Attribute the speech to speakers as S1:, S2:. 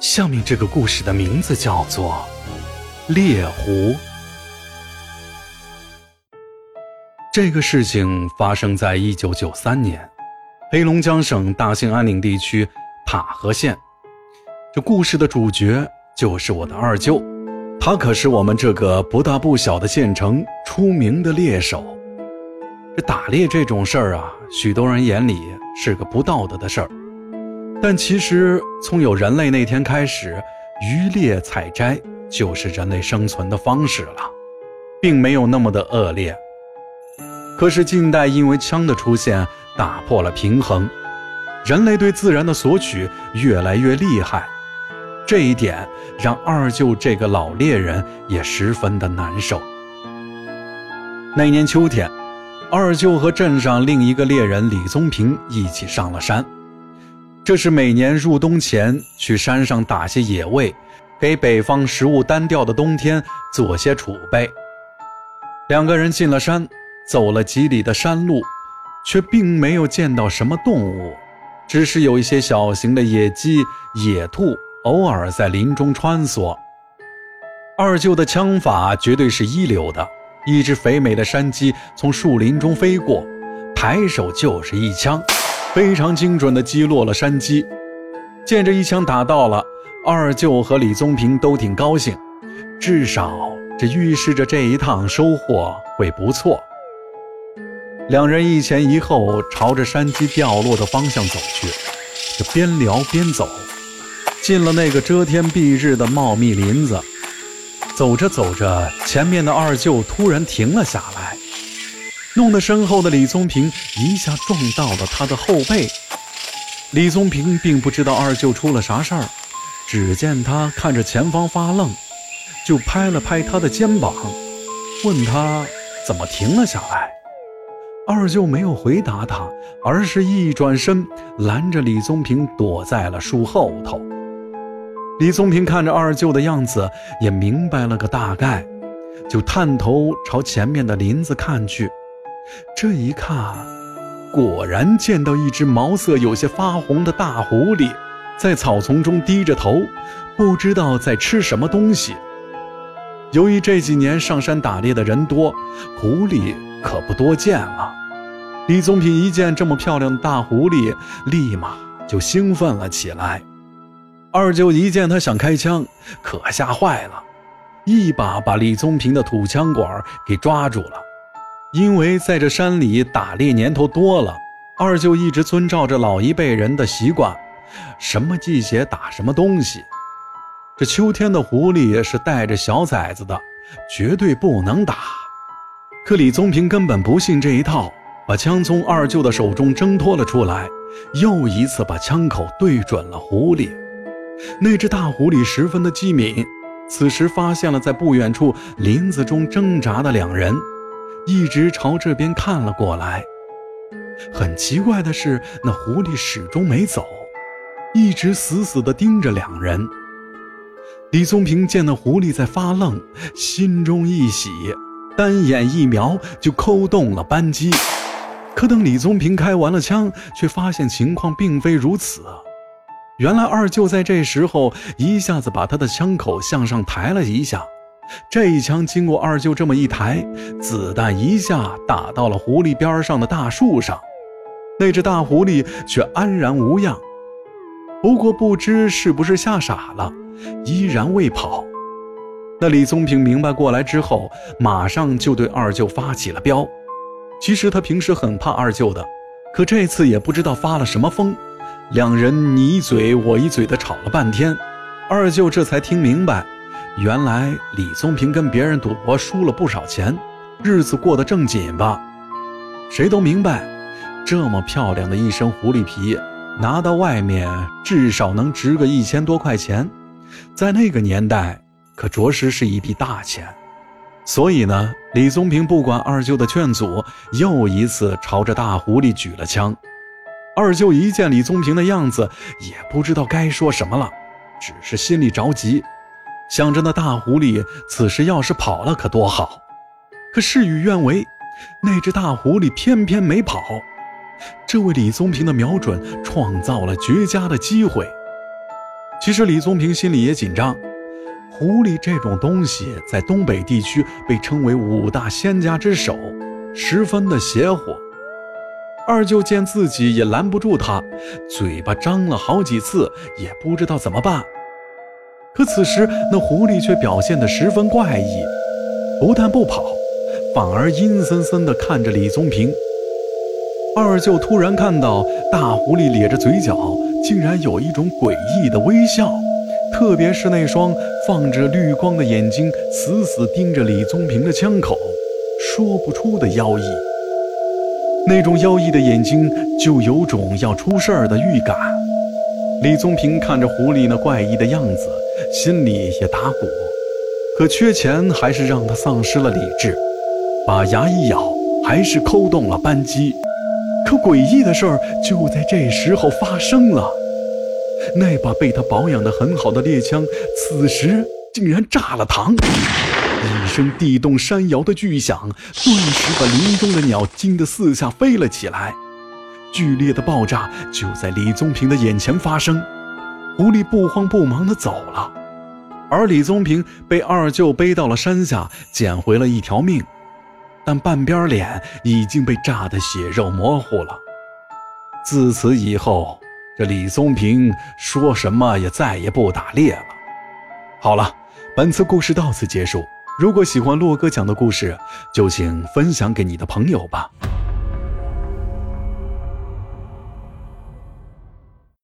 S1: 下面这个故事的名字叫做猎狐。这个事情发生在1993年，黑龙江省大兴安岭地区塔河县。这故事的主角就是我的二舅，他可是我们这个不大不小的县城出名的猎手。这打猎这种事儿啊，许多人眼里是个不道德的事儿，但其实从有人类那天开始，渔猎采摘就是人类生存的方式了，并没有那么的恶劣。可是近代因为枪的出现打破了平衡，人类对自然的索取越来越厉害，这一点让二舅这个老猎人也十分的难受。那年秋天，二舅和镇上另一个猎人李宗平一起上了山，这是每年入冬前去山上打些野味，给北方食物单调的冬天做些储备。两个人进了山，走了几里的山路，却并没有见到什么动物，只是有一些小型的野鸡、野兔偶尔在林中穿梭。二舅的枪法绝对是一流的，一只肥美的山鸡从树林中飞过，抬手就是一枪，非常精准地击落了山鸡。见这一枪打到了，二舅和李宗平都挺高兴，至少这预示着这一趟收获会不错。两人一前一后朝着山鸡掉落的方向走去，这边聊边走，进了那个遮天蔽日的茂密林子。走着走着，前面的二舅突然停了下来，弄得身后的李宗平一下撞到了他的后背。李宗平并不知道二舅出了啥事儿，只见他看着前方发愣，就拍了拍他的肩膀，问他怎么停了下来。二舅没有回答他，而是一转身拦着李宗平躲在了树后头。李宗平看着二舅的样子也明白了个大概，就探头朝前面的林子看去。这一看，果然见到一只毛色有些发红的大狐狸在草丛中低着头，不知道在吃什么东西。由于这几年上山打猎的人多，狐狸可不多见了。李宗平一见这么漂亮的大狐狸，立马就兴奋了起来。二舅一见他想开枪，可吓坏了，一把把李宗平的土枪管给抓住了。因为在这山里打猎年头多了，二舅一直遵照着老一辈人的习惯，什么季节打什么东西。这秋天的狐狸是带着小崽子的，绝对不能打。可李宗平根本不信这一套，把枪从二舅的手中挣脱了出来，又一次把枪口对准了狐狸。那只大狐狸十分的机敏，此时发现了在不远处林子中挣扎的两人，一直朝这边看了过来。很奇怪的是，那狐狸始终没走，一直死死地盯着两人。李宗平见那狐狸在发愣，心中一喜，单眼一瞄就扣动了扳机。可等李宗平开完了枪，却发现情况并非如此。原来二舅在这时候一下子把他的枪口向上抬了一下，这一枪经过二舅这么一抬，子弹一下打到了狐狸边上的大树上，那只大狐狸却安然无恙。不过不知是不是吓傻了，依然未跑。那李宗平明白过来之后，马上就对二舅发起了飙。其实他平时很怕二舅的，可这次也不知道发了什么疯，两人你一嘴我一嘴的吵了半天。二舅这才听明白，原来李宗平跟别人赌博输了不少钱，日子过得正紧吧。谁都明白，这么漂亮的一身狐狸皮拿到外面至少能值个1000多块钱，在那个年代可着实是一笔大钱。所以呢，李宗平不管二舅的劝阻，又一次朝着大狐狸举了枪。二舅一见李宗平的样子，也不知道该说什么了，只是心里着急，想着那大狐狸此时要是跑了可多好。可事与愿违，那只大狐狸偏偏没跑，这为李宗平的瞄准创造了绝佳的机会。 其实李宗平心里也紧张，狐狸这种东西在东北地区被称为5大仙家之首，十分的邪乎。二舅见自己也拦不住他，嘴巴张了好几次，也不知道怎么办。可此时那狐狸却表现得十分怪异，不但不跑，反而阴森森地看着李宗平。二舅突然看到大狐狸咧着嘴角，竟然有一种诡异的微笑，特别是那双放着绿光的眼睛死死盯着李宗平的枪口，说不出的妖异。那种妖异的眼睛就有种要出事儿的预感。李宗平看着狐狸那怪异的样子，心里也打鼓，可缺钱还是让他丧失了理智，把牙一咬，还是扣动了扳机。可诡异的事儿就在这时候发生了，那把被他保养得很好的猎枪，此时竟然炸了膛。一声地动山摇的巨响，顿时把林中的鸟惊得四下飞了起来。剧烈的爆炸就在李宗平的眼前发生，狐狸不慌不忙地走了，而李宗平被二舅背到了山下，捡回了一条命，但半边脸已经被炸得血肉模糊了。自此以后，这李宗平说什么也再也不打猎了。好了，本次故事到此结束。如果喜欢洛哥讲的故事，就请分享给你的朋友吧。